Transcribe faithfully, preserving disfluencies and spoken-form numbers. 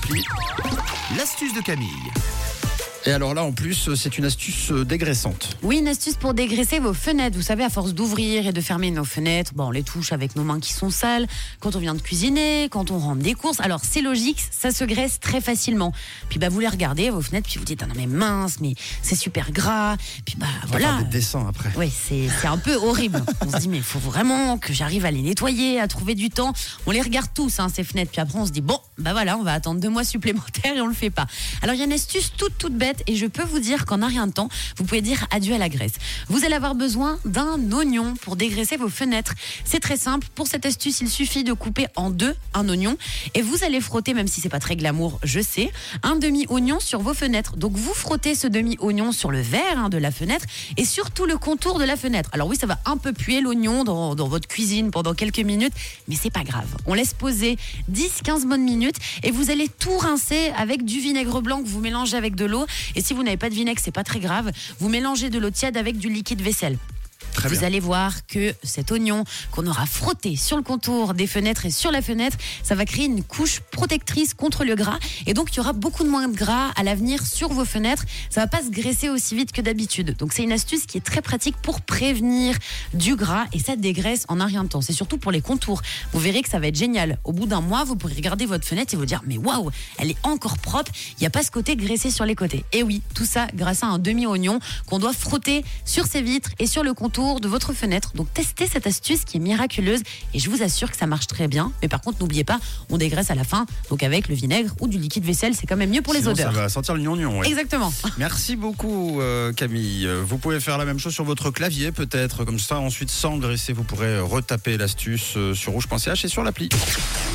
l'appli. L'astuce de Camille. Et alors là, en plus, c'est une astuce dégraissante. Oui, une astuce pour dégraisser vos fenêtres. Vous savez, à force d'ouvrir et de fermer nos fenêtres, bon, on les touche avec nos mains qui sont sales, quand on vient de cuisiner, quand on rentre des courses. Alors, c'est logique, ça se graisse très facilement. Puis, bah, vous les regardez, vos fenêtres, puis vous dites, ah non, mais mince, mais c'est super gras. Puis, bah, On va voilà. faire des dessins après. Oui, c'est, c'est un peu horrible. On se dit, mais il faut vraiment que j'arrive à les nettoyer, à trouver du temps. On les regarde tous, hein, ces fenêtres. Puis après, on se dit, bon, bah voilà, on va attendre deux mois supplémentaires et on le fait pas. Alors, il y a une astuce toute, toute bête et je peux vous dire qu'en un rien de temps, vous pouvez dire adieu à la graisse. Vous allez avoir besoin d'un oignon pour dégraisser vos fenêtres. C'est très simple. Pour cette astuce, il suffit de couper en deux un oignon et vous allez frotter, même si c'est pas très glamour, je sais, un demi-oignon sur vos fenêtres. Donc, vous frottez ce demi-oignon sur le verre hein, de la fenêtre et surtout le contour de la fenêtre. Alors oui, ça va un peu puer l'oignon dans, dans votre cuisine pendant quelques minutes, mais c'est pas grave. On laisse poser dix à quinze bonnes minutes et vous allez tout rincer avec du vinaigre blanc que vous mélangez avec de l'eau. Et si vous n'avez pas de vinaigre, c'est pas très grave. Vous mélangez de l'eau tiède avec du liquide vaisselle. Très Vous bien. allez voir que cet oignon qu'on aura frotté sur le contour des fenêtres et sur la fenêtre, ça va créer une couche protectrice contre le gras. Et donc, il y aura beaucoup de moins de gras à l'avenir sur vos fenêtres. Ça va pas se graisser aussi vite que d'habitude. Donc, c'est une astuce qui est très pratique pour prévenir du gras et ça dégraisse en un rien de temps. C'est surtout pour les contours. Vous verrez que ça va être génial. Au bout d'un mois, vous pourrez regarder votre fenêtre et vous dire, mais waouh, elle est encore propre. Il n'y a pas ce côté graissé sur les côtés. Et oui, tout ça grâce à un demi-oignon qu'on doit frotter sur ses vitres et sur le contour de votre fenêtre. Donc testez cette astuce qui est miraculeuse et je vous assure que ça marche très bien. Mais par contre, n'oubliez pas, on dégraisse à la fin. Donc avec le vinaigre ou du liquide vaisselle, c'est quand même mieux pour les Sinon, odeurs. ça va sentir l'oignon. Ouais. Exactement. Merci beaucoup euh, Camille. Vous pouvez faire la même chose sur votre clavier peut-être. Comme ça, ensuite, sans graisser, vous pourrez retaper l'astuce euh, sur rouge point c h et sur l'appli.